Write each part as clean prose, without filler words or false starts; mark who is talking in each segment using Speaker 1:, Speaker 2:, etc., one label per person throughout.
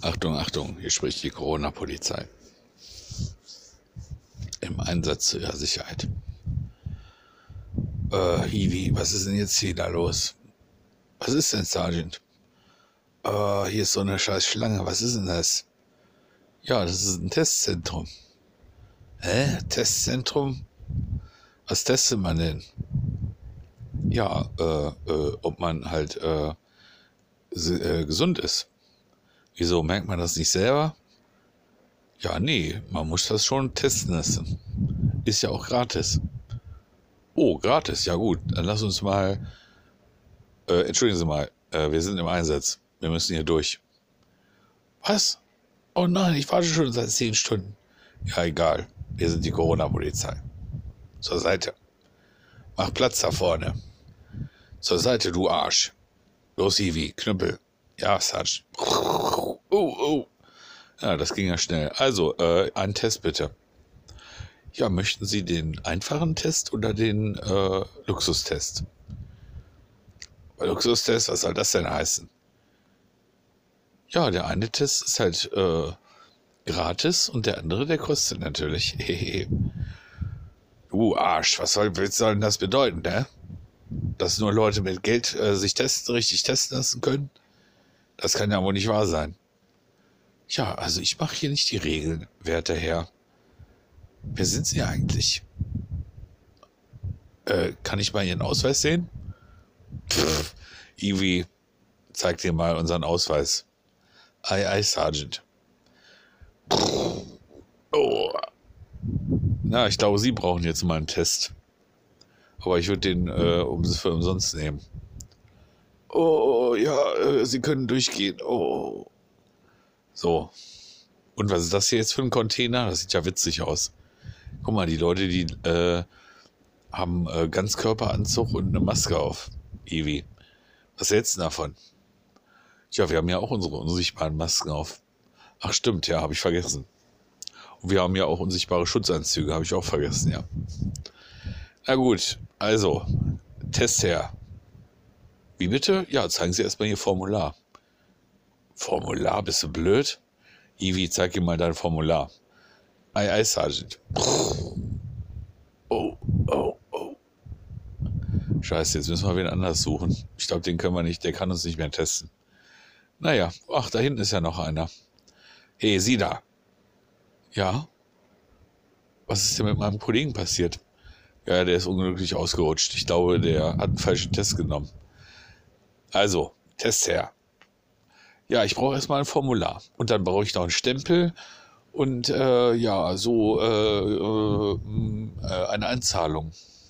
Speaker 1: Achtung, Achtung, hier spricht die Corona-Polizei. Im Einsatz zur Ihrer Sicherheit. Hiwi, was ist denn jetzt hier da los? Was ist denn, Sergeant? Hier ist so eine scheiß Schlange, was ist denn das? Ja, das ist ein Testzentrum. Hä? Testzentrum? Was testet man denn? Ja, ob man halt gesund ist. Wieso, merkt man das nicht selber? Ja, nee, man muss das schon testen lassen. Ist ja auch gratis. Oh, gratis, ja gut. Dann lass uns mal... entschuldigen Sie mal, wir sind im Einsatz. Wir müssen hier durch. Was? Oh nein, ich warte schon seit 10 Stunden. Ja, egal. Wir sind die Corona-Polizei. Zur Seite. Mach Platz da vorne. Zur Seite, du Arsch. Los, Hiwi, Knüppel. Ja, Sarge. Oh. Ja, das ging ja schnell. Also, einen Test bitte. Ja, möchten Sie den einfachen Test oder den Luxustest? Luxustest, was soll das denn heißen? Ja, der eine Test ist halt gratis und der andere, der kostet natürlich. Du Arsch, was soll denn das bedeuten, ne? Dass nur Leute mit Geld sich richtig testen lassen können? Das kann ja wohl nicht wahr sein. Ja, also ich mache hier nicht die Regeln, werter Herr. Wer sind Sie eigentlich? Kann ich mal Ihren Ausweis sehen? Pff, Iwi, zeig dir mal unseren Ausweis. Ei, Sergeant. Oh. Na, ich glaube, Sie brauchen jetzt mal einen Test. Aber ich würde den für umsonst nehmen. Oh, ja, Sie können durchgehen. Oh. So. Und was ist das hier jetzt für ein Container? Das sieht ja witzig aus. Guck mal, die Leute, die haben Ganzkörperanzug und eine Maske auf. Iwi. Was hältst du davon? Tja, wir haben ja auch unsere unsichtbaren Masken auf. Ach stimmt, ja, habe ich vergessen. Und wir haben ja auch unsichtbare Schutzanzüge, habe ich auch vergessen, ja. Na gut, also, Test her. Wie bitte? Ja, zeigen Sie erstmal Ihr Formular. Formular? Bist du blöd? Iwi, zeig ihm mal dein Formular. Ei, Sergeant. Oh. Scheiße, jetzt müssen wir wen anders suchen. Ich glaube, den können wir nicht, der kann uns nicht mehr testen. Naja, ach, da hinten ist ja noch einer. Hey, Sie da. Ja? Was ist denn mit meinem Kollegen passiert? Ja, der ist unglücklich ausgerutscht. Ich glaube, der hat einen falschen Test genommen. Also, Test her. Ja, ich brauche erstmal ein Formular. Und dann brauche ich noch einen Stempel und eine Anzahlung.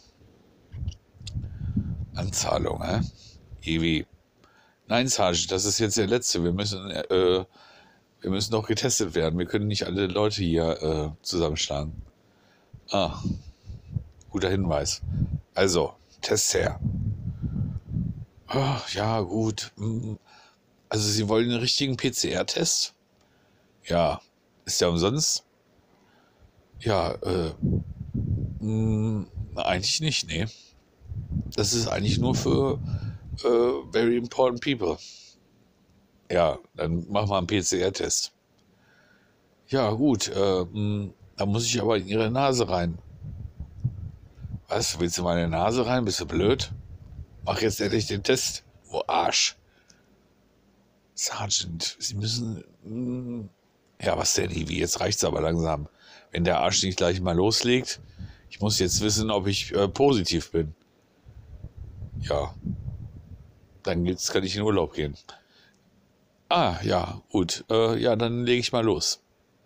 Speaker 1: Anzahlung, hä? Iwi. Nein, Sergeant, das ist jetzt der letzte. Wir müssen doch getestet werden. Wir können nicht alle Leute hier zusammenschlagen. Ah, guter Hinweis. Also, Test her. Oh, ja, gut. Also, Sie wollen einen richtigen PCR-Test? Ja. Ist der umsonst? Ja, eigentlich nicht, nee. Das ist eigentlich nur für very important people. Ja, dann machen wir einen PCR-Test. Ja, gut, da muss ich aber in Ihre Nase rein. Was, willst du meine Nase rein? Bist du blöd? Mach jetzt endlich den Test. Oh, Arsch. Sergeant, Sie müssen... Ja, was denn, Hiwi? Jetzt reicht's aber langsam. Wenn der Arsch nicht gleich mal loslegt, ich muss jetzt wissen, ob ich positiv bin. Ja, dann kann ich in Urlaub gehen. Ah, ja, gut. Ja, dann lege ich mal los.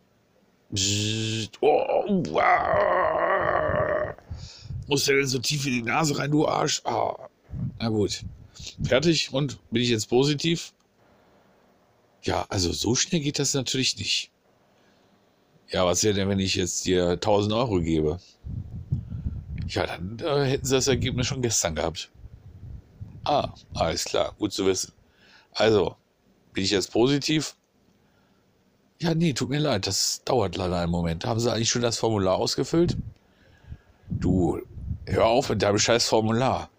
Speaker 1: Muss der denn so tief in die Nase rein, du Arsch? Ah, na gut. Fertig? Und bin ich jetzt positiv? Ja, also so schnell geht das natürlich nicht. Ja, was wäre denn, wenn ich jetzt dir 1000 Euro gebe? Ja, dann hätten Sie das Ergebnis schon gestern gehabt. Ah, alles klar, gut zu wissen. Also, bin ich jetzt positiv? Ja, nee, tut mir leid, das dauert leider einen Moment. Haben Sie eigentlich schon das Formular ausgefüllt? Du, hör auf mit deinem scheiß Formular.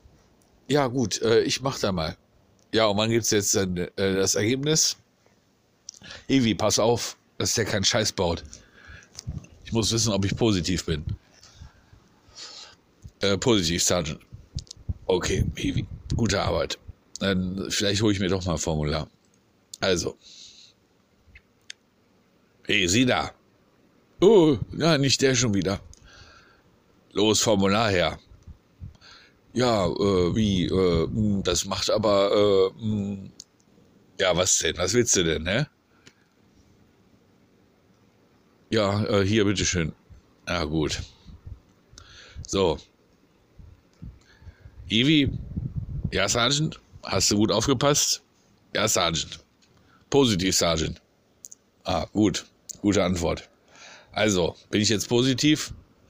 Speaker 1: Ja, gut, ich mach da mal. Ja, und wann gibt's jetzt dann das Ergebnis? Evi, pass auf, dass der keinen Scheiß baut. Ich muss wissen, ob ich positiv bin. Positiv, Sergeant. Okay, Evi, gute Arbeit. Dann vielleicht hole ich mir doch mal ein Formular. Also. Hey, Sie da. Oh, ja, nicht der schon wieder. Los, Formular her. Ja, das macht aber, ja, was denn? Was willst du denn, ne? Ja, hier, bitteschön. Na gut. So. Evi? Ja, Sergeant? Hast du gut aufgepasst? Ja, Sergeant. Positiv, Sergeant. Ah, gut. Gute Antwort. Also, bin ich jetzt positiv?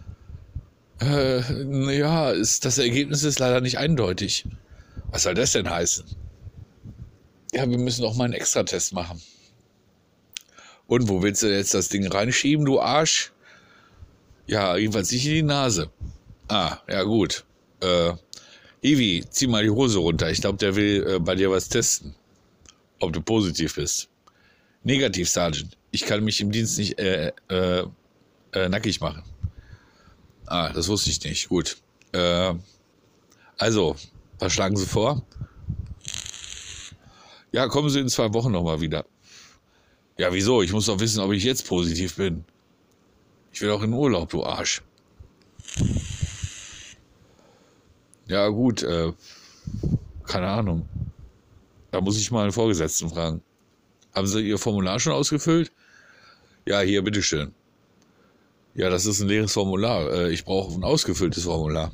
Speaker 1: Ja, das Ergebnis ist leider nicht eindeutig. Was soll das denn heißen? Ja, wir müssen doch mal einen Extratest machen. Und wo willst du jetzt das Ding reinschieben, du Arsch? Ja, jedenfalls nicht in die Nase. Ah, ja gut. Evi, zieh mal die Hose runter. Ich glaube, der will bei dir was testen. Ob du positiv bist. Negativ, Sergeant. Ich kann mich im Dienst nicht nackig machen. Ah, das wusste ich nicht. Gut. Also, was schlagen Sie vor? Ja, kommen Sie in 2 Wochen nochmal wieder. Ja, wieso? Ich muss doch wissen, ob ich jetzt positiv bin. Ich will auch in Urlaub, du Arsch. Ja, gut. Keine Ahnung. Da muss ich mal einen Vorgesetzten fragen. Haben Sie Ihr Formular schon ausgefüllt? Ja, hier, bitteschön. Ja, das ist ein leeres Formular. Ich brauche ein ausgefülltes Formular.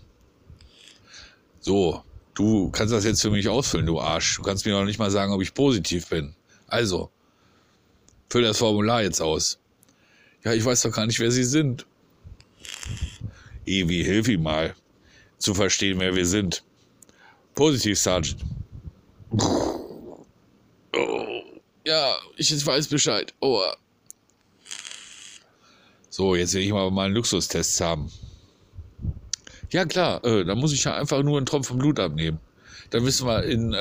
Speaker 1: So, du kannst das jetzt für mich ausfüllen, du Arsch. Du kannst mir noch nicht mal sagen, ob ich positiv bin. Also, füll das Formular jetzt aus. Ja, ich weiß doch gar nicht, wer Sie sind. Evi, hilf ihm mal, zu verstehen, wer wir sind. Positiv, Sergeant. Oh, ja, ich weiß Bescheid. Oh. So, jetzt will ich mal einen Luxustest haben. Ja klar, da muss ich ja einfach nur einen Tropfen Blut abnehmen. Dann wissen wir in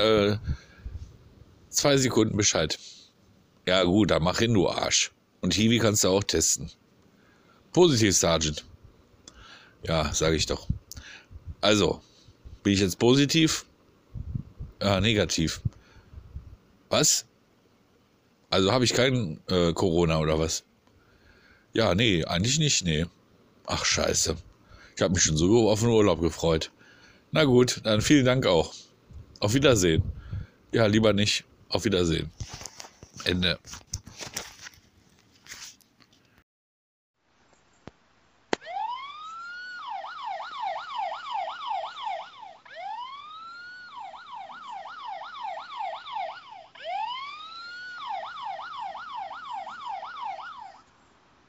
Speaker 1: 2 Sekunden Bescheid. Ja gut, dann mach hin, du Arsch. Und Hiwi kannst du auch testen. Positiv, Sergeant. Ja, sage ich doch. Also, bin ich jetzt positiv? Ja, negativ. Was? Also habe ich kein Corona oder was? Ja, nee, eigentlich nicht, nee. Ach, scheiße. Ich habe mich schon so auf den Urlaub gefreut. Na gut, dann vielen Dank auch. Auf Wiedersehen. Ja, lieber nicht. Auf Wiedersehen. Ende.